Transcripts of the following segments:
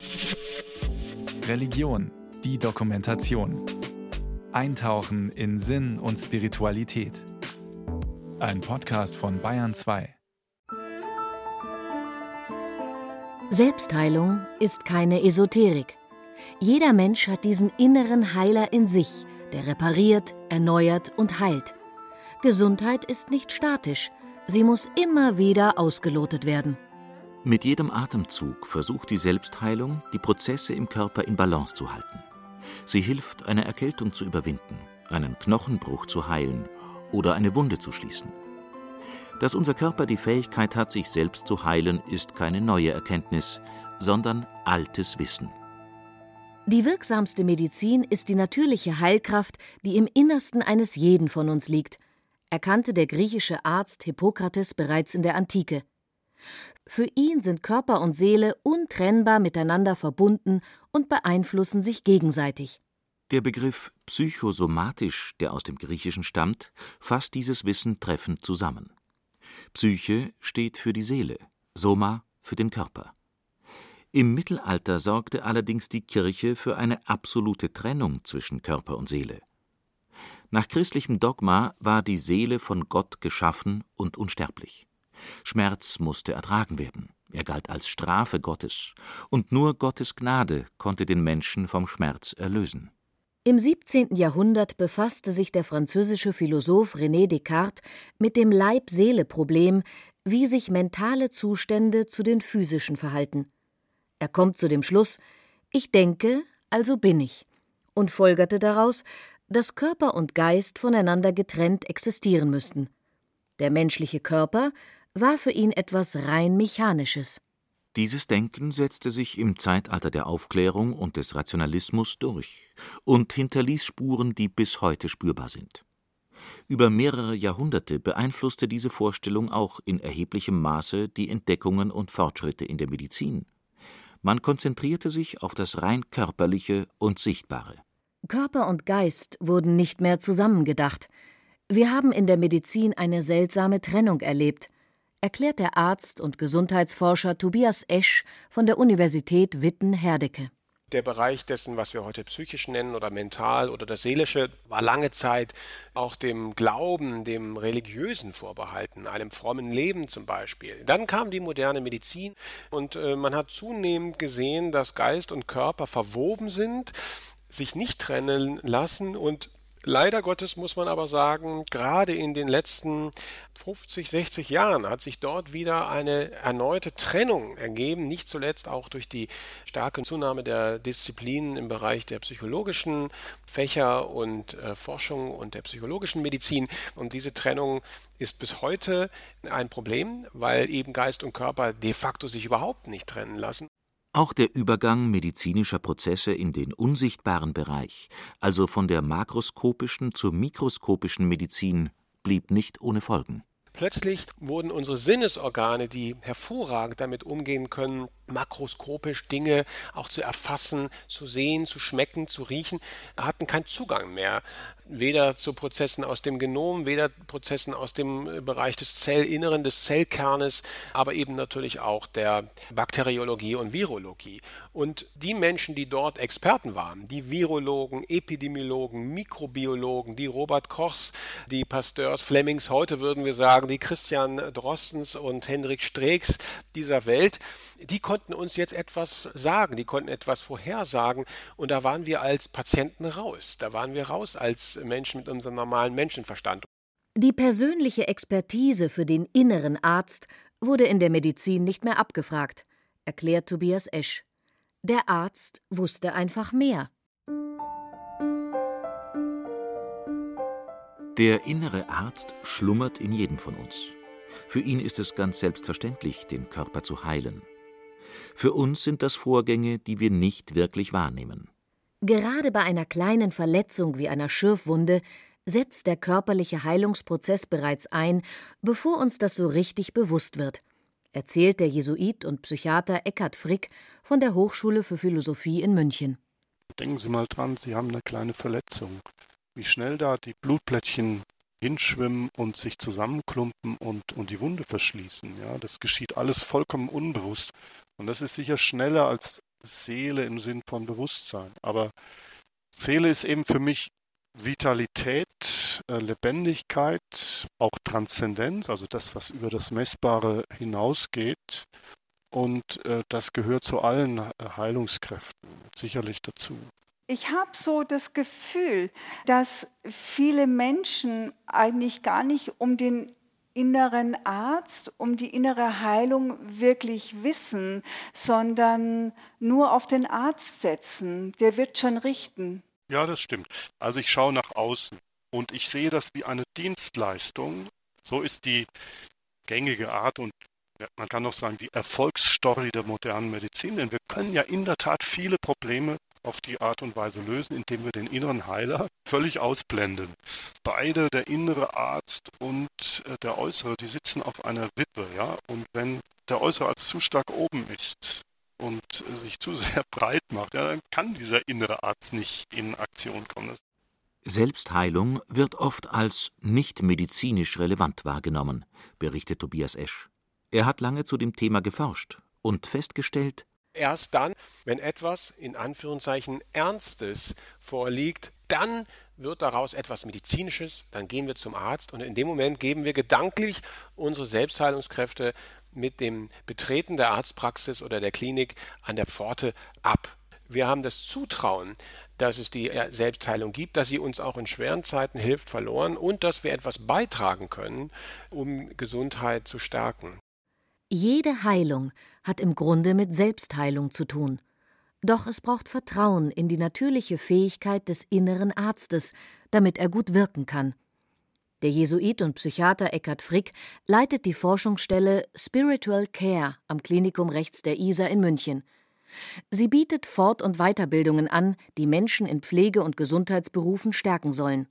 Religion, die Dokumentation. Eintauchen in Sinn und Spiritualität. Ein Podcast von Bayern 2. Selbstheilung ist keine Esoterik. Jeder Mensch hat diesen inneren Heiler in sich, der repariert, erneuert und heilt. Gesundheit ist nicht statisch, sie muss immer wieder ausgelotet werden. Mit jedem Atemzug versucht die Selbstheilung, die Prozesse im Körper in Balance zu halten. Sie hilft, eine Erkältung zu überwinden, einen Knochenbruch zu heilen oder eine Wunde zu schließen. Dass unser Körper die Fähigkeit hat, sich selbst zu heilen, ist keine neue Erkenntnis, sondern altes Wissen. Die wirksamste Medizin ist die natürliche Heilkraft, die im Innersten eines jeden von uns liegt, erkannte der griechische Arzt Hippokrates bereits in der Antike. Für ihn sind Körper und Seele untrennbar miteinander verbunden und beeinflussen sich gegenseitig. Der Begriff psychosomatisch, der aus dem Griechischen stammt, fasst dieses Wissen treffend zusammen. Psyche steht für die Seele, Soma für den Körper. Im Mittelalter sorgte allerdings die Kirche für eine absolute Trennung zwischen Körper und Seele. Nach christlichem Dogma war die Seele von Gott geschaffen und unsterblich. Schmerz musste ertragen werden, er galt als Strafe Gottes, und nur Gottes Gnade konnte den Menschen vom Schmerz erlösen. Im 17. Jahrhundert befasste sich der französische Philosoph René Descartes mit dem Leib-Seele-Problem, wie sich mentale Zustände zu den physischen verhalten. Er kommt zu dem Schluss, ich denke, also bin ich, und folgerte daraus, dass Körper und Geist voneinander getrennt existieren müssten. Der menschliche Körper war für ihn etwas rein Mechanisches. Dieses Denken setzte sich im Zeitalter der Aufklärung und des Rationalismus durch und hinterließ Spuren, die bis heute spürbar sind. Über mehrere Jahrhunderte beeinflusste diese Vorstellung auch in erheblichem Maße die Entdeckungen und Fortschritte in der Medizin. Man konzentrierte sich auf das rein Körperliche und Sichtbare. Körper und Geist wurden nicht mehr zusammengedacht. Wir haben in der Medizin eine seltsame Trennung erlebt, erklärt der Arzt und Gesundheitsforscher Tobias Esch von der Universität Witten-Herdecke. Der Bereich dessen, was wir heute psychisch nennen oder mental oder das Seelische, war lange Zeit auch dem Glauben, dem Religiösen vorbehalten, einem frommen Leben zum Beispiel. Dann kam die moderne Medizin und man hat zunehmend gesehen, dass Geist und Körper verwoben sind, sich nicht trennen lassen und leider Gottes muss man aber sagen, gerade in den letzten 50, 60 Jahren hat sich dort wieder eine erneute Trennung ergeben, nicht zuletzt auch durch die starke Zunahme der Disziplinen im Bereich der psychologischen Fächer und Forschung und der psychologischen Medizin. Und diese Trennung ist bis heute ein Problem, weil eben Geist und Körper de facto sich überhaupt nicht trennen lassen. Auch der Übergang medizinischer Prozesse in den unsichtbaren Bereich, also von der makroskopischen zur mikroskopischen Medizin, blieb nicht ohne Folgen. Plötzlich wurden unsere Sinnesorgane, die hervorragend damit umgehen können, makroskopisch Dinge auch zu erfassen, zu sehen, zu schmecken, zu riechen, hatten keinen Zugang mehr. Weder zu Prozessen aus dem Genom, weder Prozessen aus dem Bereich des Zellinneren, des Zellkernes, aber eben natürlich auch der Bakteriologie und Virologie. Und die Menschen, die dort Experten waren, die Virologen, Epidemiologen, Mikrobiologen, die Robert Kochs, die Pasteurs, Flemings, heute würden wir sagen, die Christian Drostens und Hendrik Streecks dieser Welt, die konnten uns jetzt etwas sagen, die konnten etwas vorhersagen und da waren wir als Patienten raus. Da waren wir raus als Menschen mit unserem normalen Menschenverstand. Die persönliche Expertise für den inneren Arzt wurde in der Medizin nicht mehr abgefragt, erklärt Tobias Esch. Der Arzt wusste einfach mehr. Der innere Arzt schlummert in jedem von uns. Für ihn ist es ganz selbstverständlich, den Körper zu heilen. Für uns sind das Vorgänge, die wir nicht wirklich wahrnehmen. Gerade bei einer kleinen Verletzung wie einer Schürfwunde setzt der körperliche Heilungsprozess bereits ein, bevor uns das so richtig bewusst wird, erzählt der Jesuit und Psychiater Eckhard Frick von der Hochschule für Philosophie in München. Denken Sie mal dran, Sie haben eine kleine Verletzung. Wie schnell da die Blutplättchen hinschwimmen und sich zusammenklumpen und die Wunde verschließen. Ja, das geschieht alles vollkommen unbewusst. Und das ist sicher schneller, als Seele im Sinn von Bewusstsein. Aber Seele ist eben für mich Vitalität, Lebendigkeit, auch Transzendenz, also das, was über das Messbare hinausgeht. Und das gehört zu allen Heilungskräften sicherlich dazu. Ich habe so das Gefühl, dass viele Menschen eigentlich gar nicht um den inneren Arzt, um die innere Heilung wirklich wissen, sondern nur auf den Arzt setzen. Der wird schon richten. Ja, das stimmt. Also ich schaue nach außen und ich sehe das wie eine Dienstleistung. So ist die gängige Art und man kann auch sagen, die Erfolgsstory der modernen Medizin. Denn wir können ja in der Tat viele Probleme auf die Art und Weise lösen, indem wir den inneren Heiler völlig ausblenden. Beide, der innere Arzt und der äußere, die sitzen auf einer Wippe. Ja? Und wenn der äußere Arzt zu stark oben ist und sich zu sehr breit macht, ja, dann kann dieser innere Arzt nicht in Aktion kommen. Selbstheilung wird oft als nicht medizinisch relevant wahrgenommen, berichtet Tobias Esch. Er hat lange zu dem Thema geforscht und festgestellt: Erst dann, wenn etwas in Anführungszeichen Ernstes vorliegt, dann wird daraus etwas Medizinisches, dann gehen wir zum Arzt und in dem Moment geben wir gedanklich unsere Selbstheilungskräfte mit dem Betreten der Arztpraxis oder der Klinik an der Pforte ab. Wir haben das Zutrauen, dass es die Selbstheilung gibt, dass sie uns auch in schweren Zeiten hilft, verloren und dass wir etwas beitragen können, um Gesundheit zu stärken. Jede Heilung hat im Grunde mit Selbstheilung zu tun. Doch es braucht Vertrauen in die natürliche Fähigkeit des inneren Arztes, damit er gut wirken kann. Der Jesuit und Psychiater Eckhard Frick leitet die Forschungsstelle Spiritual Care am Klinikum rechts der Isar in München. Sie bietet Fort- und Weiterbildungen an, die Menschen in Pflege- und Gesundheitsberufen stärken sollen.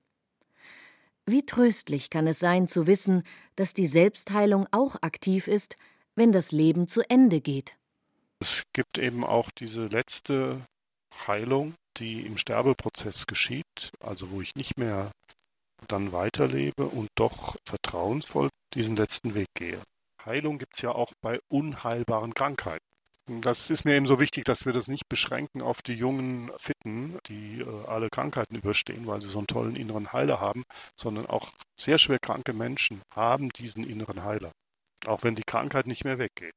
Wie tröstlich kann es sein, zu wissen, dass die Selbstheilung auch aktiv ist, wenn das Leben zu Ende geht. Es gibt eben auch diese letzte Heilung, die im Sterbeprozess geschieht, also wo ich nicht mehr dann weiterlebe und doch vertrauensvoll diesen letzten Weg gehe. Heilung gibt es ja auch bei unheilbaren Krankheiten. Das ist mir eben so wichtig, dass wir das nicht beschränken auf die jungen Fitten, die alle Krankheiten überstehen, weil sie so einen tollen inneren Heiler haben, sondern auch sehr schwer kranke Menschen haben diesen inneren Heiler, auch wenn die Krankheit nicht mehr weggeht.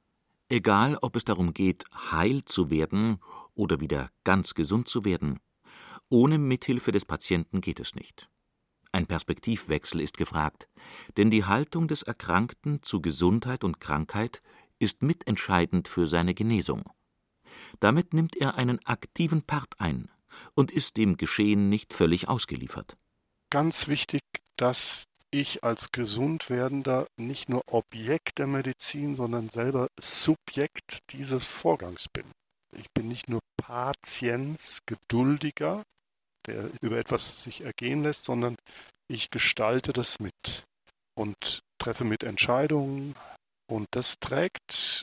Egal, ob es darum geht, heil zu werden oder wieder ganz gesund zu werden, ohne Mithilfe des Patienten geht es nicht. Ein Perspektivwechsel ist gefragt, denn die Haltung des Erkrankten zu Gesundheit und Krankheit ist mitentscheidend für seine Genesung. Damit nimmt er einen aktiven Part ein und ist dem Geschehen nicht völlig ausgeliefert. Ganz wichtig, dass ich als Gesundwerdender nicht nur Objekt der Medizin, sondern selber Subjekt dieses Vorgangs bin. Ich bin nicht nur Patiens, Geduldiger, der über etwas sich ergehen lässt, sondern ich gestalte das mit und treffe mit Entscheidungen. Und das trägt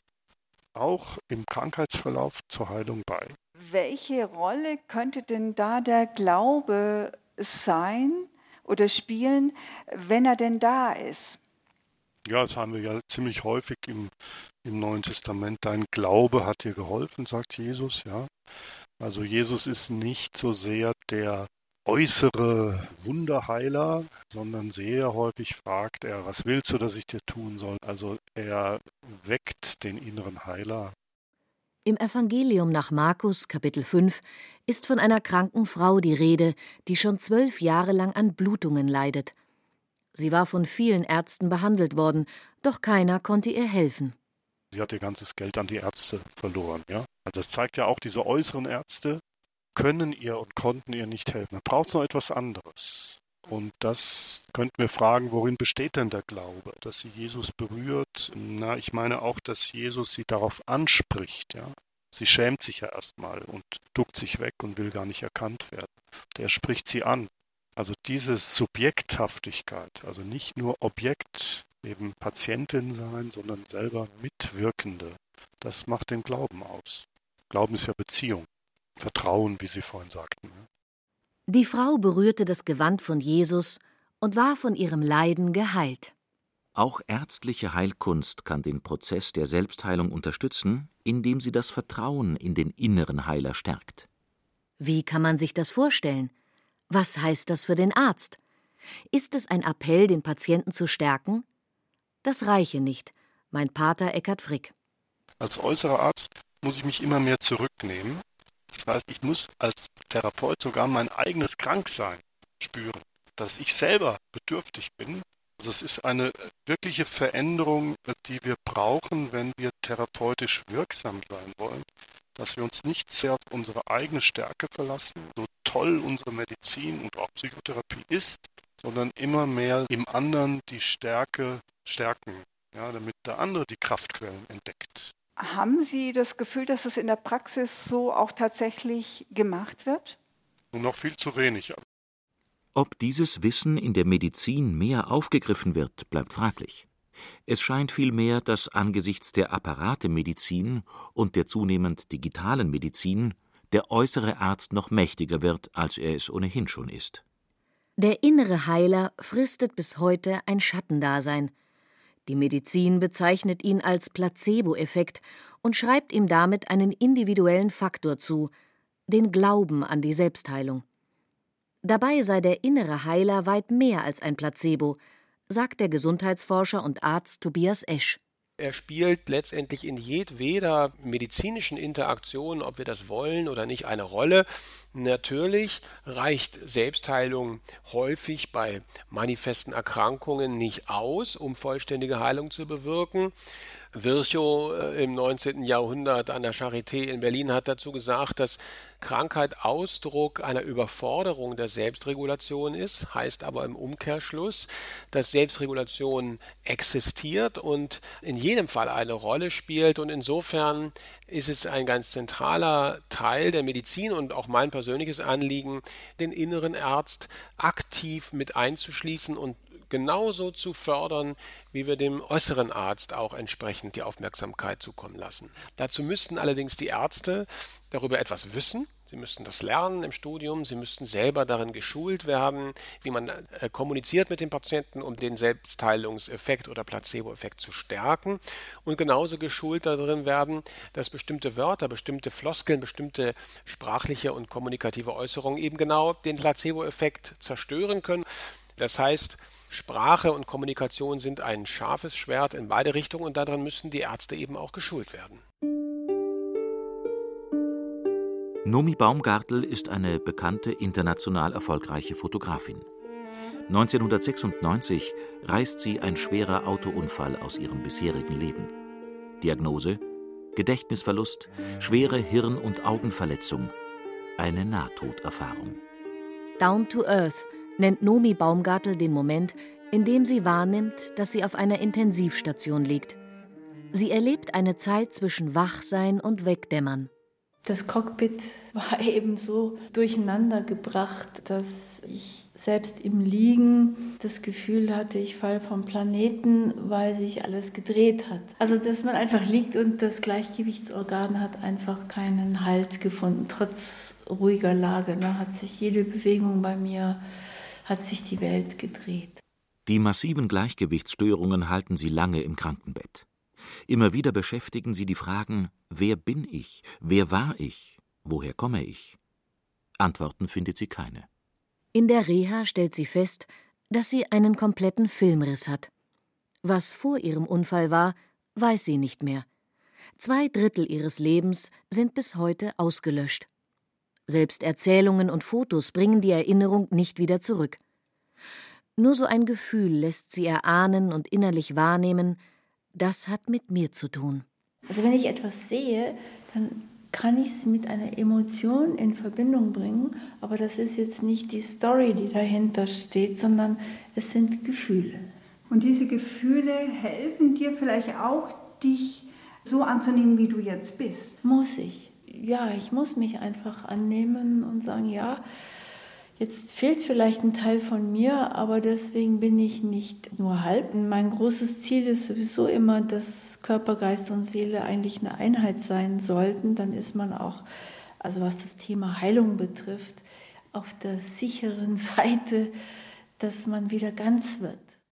auch im Krankheitsverlauf zur Heilung bei. Welche Rolle könnte denn da der Glaube sein oder spielen, wenn er denn da ist? Ja, das haben wir ja ziemlich häufig im Neuen Testament. Dein Glaube hat dir geholfen, sagt Jesus. Ja, also Jesus ist nicht so sehr der äußere Wunderheiler, sondern sehr häufig fragt er, was willst du, dass ich dir tun soll? Also er weckt den inneren Heiler. Im Evangelium nach Markus, Kapitel 5, ist von einer kranken Frau die Rede, die schon 12 Jahre lang an Blutungen leidet. Sie war von vielen Ärzten behandelt worden, doch keiner konnte ihr helfen. Sie hat ihr ganzes Geld an die Ärzte verloren. Ja? Also das zeigt ja auch, diese äußeren Ärzte können ihr und konnten ihr nicht helfen. Da braucht es noch etwas anderes. Und das könnten wir fragen, worin besteht denn der Glaube? Dass sie Jesus berührt? Na, ich meine auch, dass Jesus sie darauf anspricht. Ja? Sie schämt sich ja erstmal und duckt sich weg und will gar nicht erkannt werden. Der spricht sie an. Also diese Subjekthaftigkeit, also nicht nur Objekt, eben Patientin sein, sondern selber Mitwirkende, das macht den Glauben aus. Glauben ist ja Beziehung. Vertrauen, wie Sie vorhin sagten. Die Frau berührte das Gewand von Jesus und war von ihrem Leiden geheilt. Auch ärztliche Heilkunst kann den Prozess der Selbstheilung unterstützen, indem sie das Vertrauen in den inneren Heiler stärkt. Wie kann man sich das vorstellen? Was heißt das für den Arzt? Ist es ein Appell, den Patienten zu stärken? Das reiche nicht, meint Pater Eckhard Frick. Als äußerer Arzt muss ich mich immer mehr zurücknehmen. Das heißt, ich muss als Therapeut sogar mein eigenes Kranksein spüren, dass ich selber bedürftig bin. Also es ist eine wirkliche Veränderung, die wir brauchen, wenn wir therapeutisch wirksam sein wollen, dass wir uns nicht sehr auf unsere eigene Stärke verlassen, so toll unsere Medizin und auch Psychotherapie ist, sondern immer mehr im anderen die Stärke stärken, ja, damit der andere die Kraftquellen entdeckt. Haben Sie das Gefühl, dass es in der Praxis so auch tatsächlich gemacht wird? Nur noch viel zu wenig. Ob dieses Wissen in der Medizin mehr aufgegriffen wird, bleibt fraglich. Es scheint vielmehr, dass angesichts der Apparatemedizin und der zunehmend digitalen Medizin der äußere Arzt noch mächtiger wird, als er es ohnehin schon ist. Der innere Heiler fristet bis heute ein Schattendasein. Die Medizin bezeichnet ihn als Placebo-Effekt und schreibt ihm damit einen individuellen Faktor zu, den Glauben an die Selbstheilung. Dabei sei der innere Heiler weit mehr als ein Placebo, sagt der Gesundheitsforscher und Arzt Tobias Esch. Er spielt letztendlich in jedweder medizinischen Interaktion, ob wir das wollen oder nicht, eine Rolle. Natürlich reicht Selbstheilung häufig bei manifesten Erkrankungen nicht aus, um vollständige Heilung zu bewirken. Virchow im 19. Jahrhundert an der Charité in Berlin hat dazu gesagt, dass Krankheit Ausdruck einer Überforderung der Selbstregulation ist, heißt aber im Umkehrschluss, dass Selbstregulation existiert und in jedem Fall eine Rolle spielt, und insofern ist es ein ganz zentraler Teil der Medizin und auch mein persönliches Anliegen, den inneren Arzt aktiv mit einzuschließen und genauso zu fördern, wie wir dem äußeren Arzt auch entsprechend die Aufmerksamkeit zukommen lassen. Dazu müssten allerdings die Ärzte darüber etwas wissen. Sie müssten das lernen im Studium, sie müssten selber darin geschult werden, wie man kommuniziert mit dem Patienten, um den Selbstheilungseffekt oder Placebo-Effekt zu stärken, und genauso geschult darin werden, dass bestimmte Wörter, bestimmte Floskeln, bestimmte sprachliche und kommunikative Äußerungen eben genau den Placebo-Effekt zerstören können. Das heißt, Sprache und Kommunikation sind ein scharfes Schwert in beide Richtungen, und darin müssen die Ärzte eben auch geschult werden. Nomi Baumgartl ist eine bekannte, international erfolgreiche Fotografin. 1996 reißt sie ein schwerer Autounfall aus ihrem bisherigen Leben. Diagnose: Gedächtnisverlust, schwere Hirn- und Augenverletzung, eine Nahtoderfahrung. Down to Earth nennt Nomi Baumgartl den Moment, in dem sie wahrnimmt, dass sie auf einer Intensivstation liegt. Sie erlebt eine Zeit zwischen Wachsein und Wegdämmern. Das Cockpit war eben so durcheinander gebracht, dass ich selbst im Liegen das Gefühl hatte, ich falle vom Planeten, weil sich alles gedreht hat. Also, dass man einfach liegt und das Gleichgewichtsorgan hat einfach keinen Halt gefunden. Trotz ruhiger Lage, hat sich jede Bewegung bei mir, hat sich die Welt gedreht. Die massiven Gleichgewichtsstörungen halten sie lange im Krankenbett. Immer wieder beschäftigen sie die Fragen: Wer bin ich? Wer war ich? Woher komme ich? Antworten findet sie keine. In der Reha stellt sie fest, dass sie einen kompletten Filmriss hat. Was vor ihrem Unfall war, weiß sie nicht mehr. 2/3 ihres Lebens sind bis heute ausgelöscht. Selbst Erzählungen und Fotos bringen die Erinnerung nicht wieder zurück. Nur so ein Gefühl lässt sie erahnen und innerlich wahrnehmen: Das hat mit mir zu tun. Also wenn ich etwas sehe, dann kann ich es mit einer Emotion in Verbindung bringen, aber das ist jetzt nicht die Story, die dahinter steht, sondern es sind Gefühle. Und diese Gefühle helfen dir vielleicht auch, dich so anzunehmen, wie du jetzt bist? Muss ich. Ja, ich muss mich einfach annehmen und sagen, ja, jetzt fehlt vielleicht ein Teil von mir, aber deswegen bin ich nicht nur halb. Mein großes Ziel ist sowieso immer, dass Körper, Geist und Seele eigentlich eine Einheit sein sollten. Dann ist man auch, also was das Thema Heilung betrifft, auf der sicheren Seite, dass man wieder ganz wird.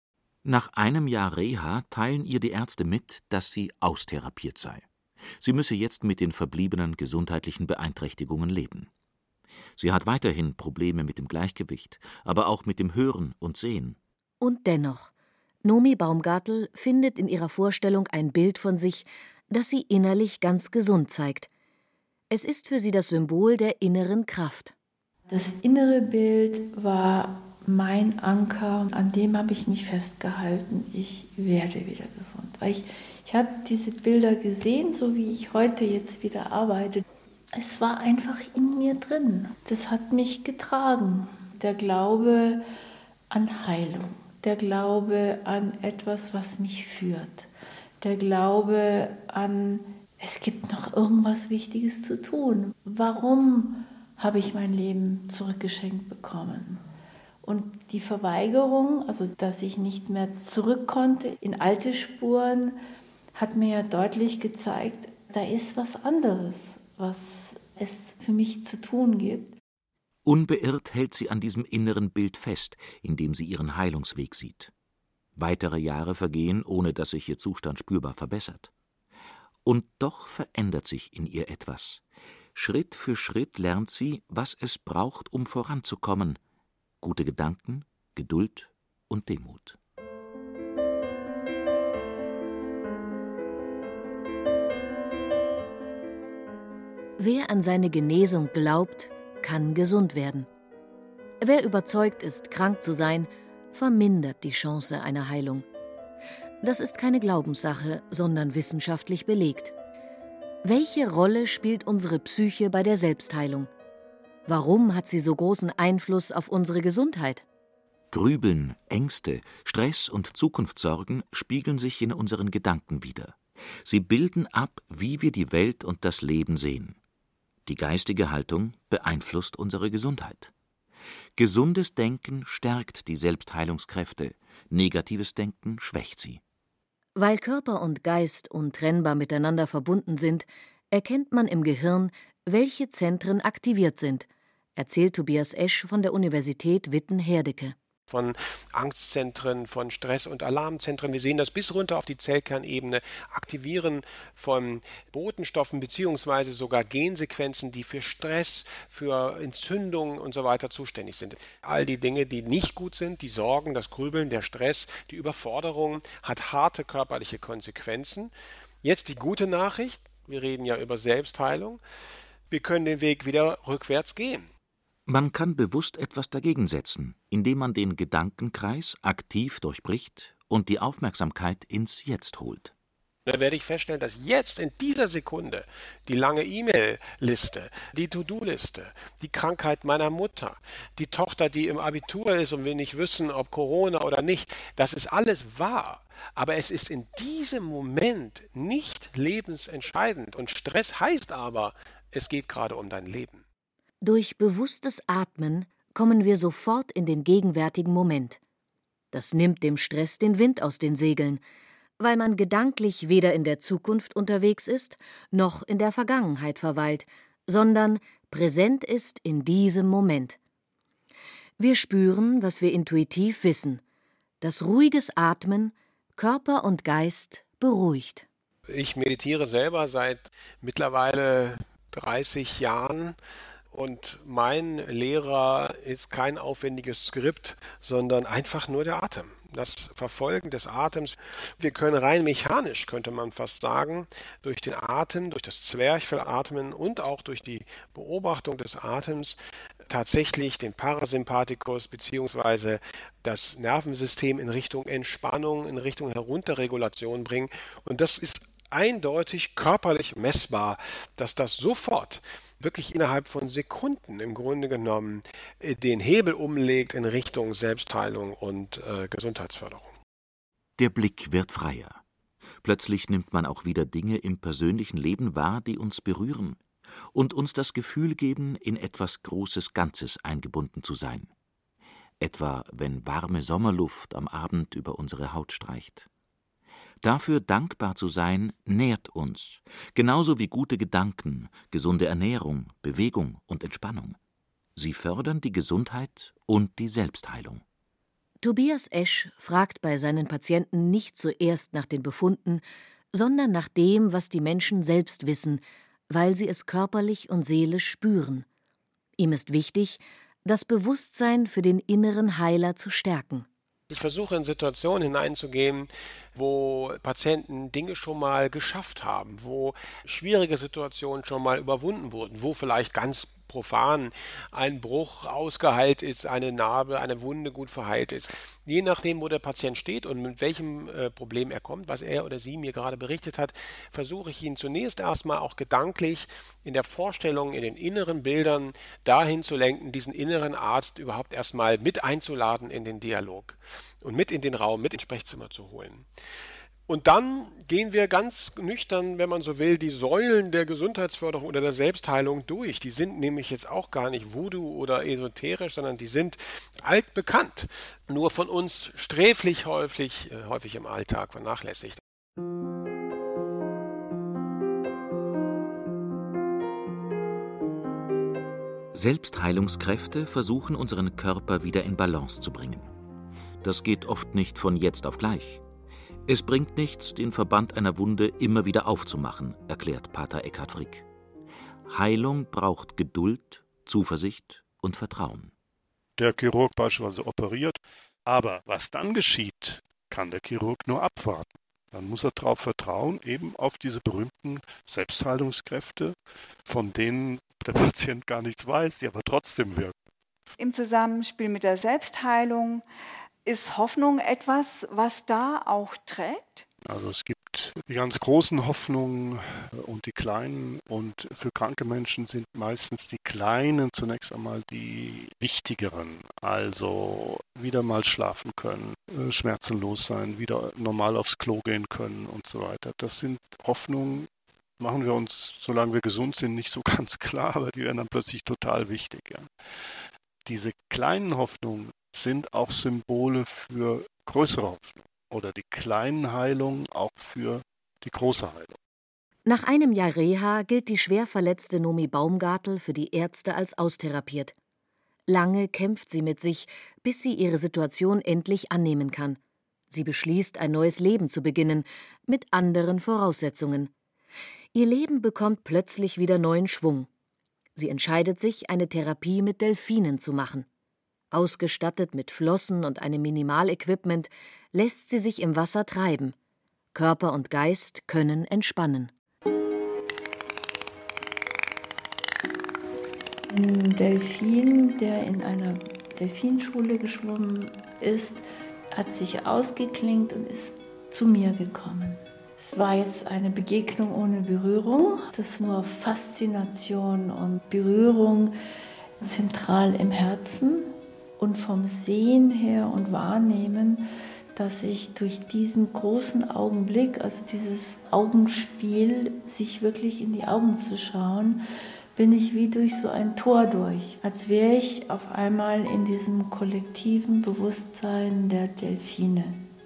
Nach einem Jahr Reha teilen ihr die Ärzte mit, dass sie austherapiert sei. Sie müsse jetzt mit den verbliebenen gesundheitlichen Beeinträchtigungen leben. Sie hat weiterhin Probleme mit dem Gleichgewicht, aber auch mit dem Hören und Sehen. Und dennoch, Nomi Baumgartl findet in ihrer Vorstellung ein Bild von sich, das sie innerlich ganz gesund zeigt. Es ist für sie das Symbol der inneren Kraft. Das innere Bild war mein Anker, an dem habe ich mich festgehalten. Ich werde wieder gesund. Weil ich habe diese Bilder gesehen, so wie ich heute jetzt wieder arbeite. Es war einfach in mir drin. Das hat mich getragen. Der Glaube an Heilung, der Glaube an etwas, was mich führt, der Glaube an, es gibt noch irgendwas Wichtiges zu tun. Warum habe ich mein Leben zurückgeschenkt bekommen? Und die Verweigerung, also dass ich nicht mehr zurück konnte in alte Spuren, hat mir ja deutlich gezeigt, da ist was anderes, was es für mich zu tun gibt. Unbeirrt hält sie an diesem inneren Bild fest, in dem sie ihren Heilungsweg sieht. Weitere Jahre vergehen, ohne dass sich ihr Zustand spürbar verbessert. Und doch verändert sich in ihr etwas. Schritt für Schritt lernt sie, was es braucht, um voranzukommen. Gute Gedanken, Geduld und Demut. Wer an seine Genesung glaubt, kann gesund werden. Wer überzeugt ist, krank zu sein, vermindert die Chance einer Heilung. Das ist keine Glaubenssache, sondern wissenschaftlich belegt. Welche Rolle spielt unsere Psyche bei der Selbstheilung? Warum hat sie so großen Einfluss auf unsere Gesundheit? Grübeln, Ängste, Stress und Zukunftssorgen spiegeln sich in unseren Gedanken wider. Sie bilden ab, wie wir die Welt und das Leben sehen. Die geistige Haltung beeinflusst unsere Gesundheit. Gesundes Denken stärkt die Selbstheilungskräfte, negatives Denken schwächt sie. Weil Körper und Geist untrennbar miteinander verbunden sind, erkennt man im Gehirn, welche Zentren aktiviert sind, erzählt Tobias Esch von der Universität Witten-Herdecke. Von Angstzentren, von Stress- und Alarmzentren. Wir sehen das bis runter auf die Zellkernebene, Aktivieren von Botenstoffen bzw. sogar Gensequenzen, die für Stress, für Entzündungen und so weiter zuständig sind. All die Dinge, die nicht gut sind, die Sorgen, das Grübeln, der Stress, die Überforderung, hat harte körperliche Konsequenzen. Jetzt die gute Nachricht, wir reden ja über Selbstheilung, wir können den Weg wieder rückwärts gehen. Man kann bewusst etwas dagegen setzen, indem man den Gedankenkreis aktiv durchbricht und die Aufmerksamkeit ins Jetzt holt. Da werde ich feststellen, dass jetzt in dieser Sekunde die lange E-Mail-Liste, die To-Do-Liste, die Krankheit meiner Mutter, die Tochter, die im Abitur ist und wir nicht wissen, ob Corona oder nicht, das ist alles wahr. Aber es ist in diesem Moment nicht lebensentscheidend. Und Stress heißt aber, es geht gerade um dein Leben. Durch bewusstes Atmen kommen wir sofort in den gegenwärtigen Moment. Das nimmt dem Stress den Wind aus den Segeln, weil man gedanklich weder in der Zukunft unterwegs ist, noch in der Vergangenheit verweilt, sondern präsent ist in diesem Moment. Wir spüren, was wir intuitiv wissen. Das ruhiges Atmen, Körper und Geist beruhigt. Ich meditiere selber seit mittlerweile 30 Jahren. Und mein Lehrer ist kein aufwendiges Skript, sondern einfach nur der Atem. Das Verfolgen des Atems. Wir können rein mechanisch, könnte man fast sagen, durch den Atem, durch das Zwerchfellatmen und auch durch die Beobachtung des Atems tatsächlich den Parasympathikus bzw. das Nervensystem in Richtung Entspannung, in Richtung Herunterregulation bringen. Und das ist eindeutig körperlich messbar, dass das sofort wirklich innerhalb von Sekunden im Grunde genommen den Hebel umlegt in Richtung Selbstheilung und Gesundheitsförderung. Der Blick wird freier. Plötzlich nimmt man auch wieder Dinge im persönlichen Leben wahr, die uns berühren und uns das Gefühl geben, in etwas Großes Ganzes eingebunden zu sein. Etwa, wenn warme Sommerluft am Abend über unsere Haut streicht. Dafür dankbar zu sein, nährt uns, genauso wie gute Gedanken, gesunde Ernährung, Bewegung und Entspannung. Sie fördern die Gesundheit und die Selbstheilung. Tobias Esch fragt bei seinen Patienten nicht zuerst nach den Befunden, sondern nach dem, was die Menschen selbst wissen, weil sie es körperlich und seelisch spüren. Ihm ist wichtig, das Bewusstsein für den inneren Heiler zu stärken. Ich versuche in Situationen hineinzugehen, wo Patienten Dinge schon mal geschafft haben, wo schwierige Situationen schon mal überwunden wurden, wo vielleicht ganz profan ein Bruch ausgeheilt ist, eine Narbe, eine Wunde gut verheilt ist. Je nachdem, wo der Patient steht und mit welchem Problem er kommt, was er oder sie mir gerade berichtet hat, versuche ich ihn zunächst erstmal auch gedanklich in der Vorstellung, in den inneren Bildern dahin zu lenken, diesen inneren Arzt überhaupt erstmal mit einzuladen in den Dialog und mit in den Raum, mit ins Sprechzimmer zu holen. Und dann gehen wir ganz nüchtern, wenn man so will, die Säulen der Gesundheitsförderung oder der Selbstheilung durch. Die sind nämlich jetzt auch gar nicht Voodoo oder esoterisch, sondern die sind altbekannt, nur von uns sträflich häufig im Alltag vernachlässigt. Selbstheilungskräfte versuchen, unseren Körper wieder in Balance zu bringen. Das geht oft nicht von jetzt auf gleich. Es bringt nichts, den Verband einer Wunde immer wieder aufzumachen, erklärt Pater Eckhard Frick. Heilung braucht Geduld, Zuversicht und Vertrauen. Der Chirurg beispielsweise operiert, aber was dann geschieht, kann der Chirurg nur abwarten. Dann muss er darauf vertrauen, eben auf diese berühmten Selbstheilungskräfte, von denen der Patient gar nichts weiß, die aber trotzdem wirken. Im Zusammenspiel mit der Selbstheilung ist Hoffnung etwas, was da auch trägt? Also es gibt die ganz großen Hoffnungen und die kleinen, und für kranke Menschen sind meistens die kleinen zunächst einmal die wichtigeren. Also wieder mal schlafen können, schmerzenlos sein, wieder normal aufs Klo gehen können und so weiter. Das sind Hoffnungen, machen wir uns, solange wir gesund sind, nicht so ganz klar, aber die werden dann plötzlich total wichtig. Ja. Diese kleinen Hoffnungen sind auch Symbole für größere Hoffnung oder die kleinen Heilungen auch für die große Heilung. Nach einem Jahr Reha gilt die schwer verletzte Nomi Baumgartl für die Ärzte als austherapiert. Lange kämpft sie mit sich, bis sie ihre Situation endlich annehmen kann. Sie beschließt, ein neues Leben zu beginnen, mit anderen Voraussetzungen. Ihr Leben bekommt plötzlich wieder neuen Schwung. Sie entscheidet sich, eine Therapie mit Delfinen zu machen. Ausgestattet mit Flossen und einem Minimalequipment lässt sie sich im Wasser treiben. Körper und Geist können entspannen. Ein Delfin, der in einer Delfinschule geschwommen ist, hat sich ausgeklinkt und ist zu mir gekommen. Es war jetzt eine Begegnung ohne Berührung. Das war Faszination und Berührung zentral im Herzen. Und vom Sehen her und Wahrnehmen, dass ich durch diesen großen Augenblick, also dieses Augenspiel, sich wirklich in die Augen zu schauen, bin ich wie durch so ein Tor durch. Als wäre ich auf einmal in diesem kollektiven Bewusstsein der Delfine.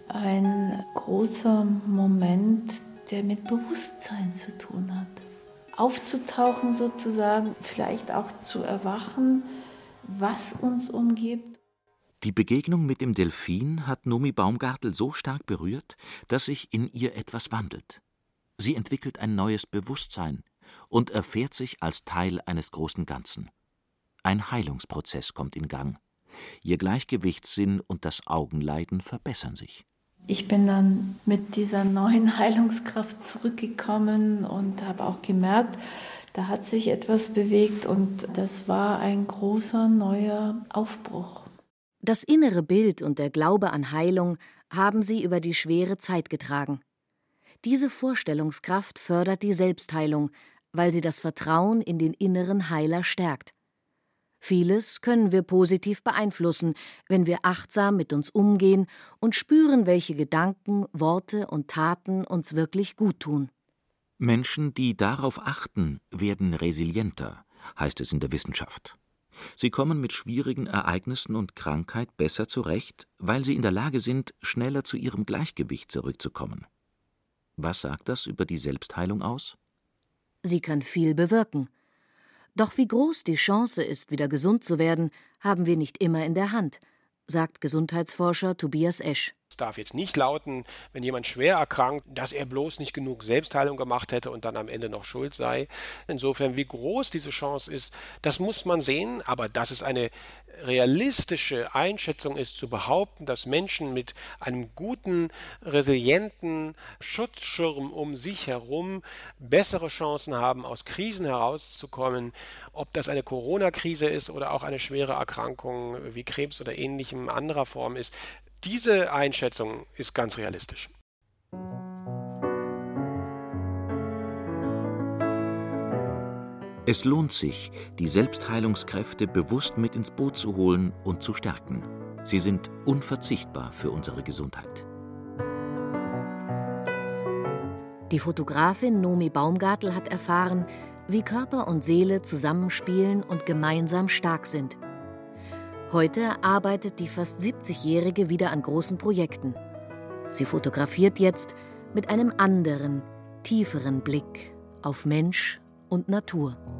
Ein großer Moment, der mit Bewusstsein zu tun hat. Aufzutauchen sozusagen, vielleicht auch zu erwachen, was uns umgibt. Die Begegnung mit dem Delfin hat Nomi Baumgartl so stark berührt, dass sich in ihr etwas wandelt. Sie entwickelt ein neues Bewusstsein und erfährt sich als Teil eines großen Ganzen. Ein Heilungsprozess kommt in Gang. Ihr Gleichgewichtssinn und das Augenleiden verbessern sich. Ich bin dann mit dieser neuen Heilungskraft zurückgekommen und habe auch gemerkt, da hat sich etwas bewegt und das war ein großer neuer Aufbruch. Das innere Bild und der Glaube an Heilung haben sie über die schwere Zeit getragen. Diese Vorstellungskraft fördert die Selbstheilung, weil sie das Vertrauen in den inneren Heiler stärkt. Vieles können wir positiv beeinflussen, wenn wir achtsam mit uns umgehen und spüren, welche Gedanken, Worte und Taten uns wirklich gut tun. Menschen, die darauf achten, werden resilienter, heißt es in der Wissenschaft. Sie kommen mit schwierigen Ereignissen und Krankheit besser zurecht, weil sie in der Lage sind, schneller zu ihrem Gleichgewicht zurückzukommen. Was sagt das über die Selbstheilung aus? Sie kann viel bewirken. Doch wie groß die Chance ist, wieder gesund zu werden, haben wir nicht immer in der Hand, sagt Gesundheitsforscher Tobias Esch. Es darf jetzt nicht lauten, wenn jemand schwer erkrankt, dass er bloß nicht genug Selbstheilung gemacht hätte und dann am Ende noch schuld sei. Insofern, wie groß diese Chance ist, das muss man sehen, aber dass es eine realistische Einschätzung ist, zu behaupten, dass Menschen mit einem guten, resilienten Schutzschirm um sich herum bessere Chancen haben, aus Krisen herauszukommen, ob das eine Corona-Krise ist oder auch eine schwere Erkrankung wie Krebs oder ähnlichem anderer Form ist. Diese Einschätzung ist ganz realistisch. Es lohnt sich, die Selbstheilungskräfte bewusst mit ins Boot zu holen und zu stärken. Sie sind unverzichtbar für unsere Gesundheit. Die Fotografin Nomi Baumgartl hat erfahren, wie Körper und Seele zusammenspielen und gemeinsam stark sind. Heute arbeitet die fast 70-Jährige wieder an großen Projekten. Sie fotografiert jetzt mit einem anderen, tieferen Blick auf Mensch und Natur.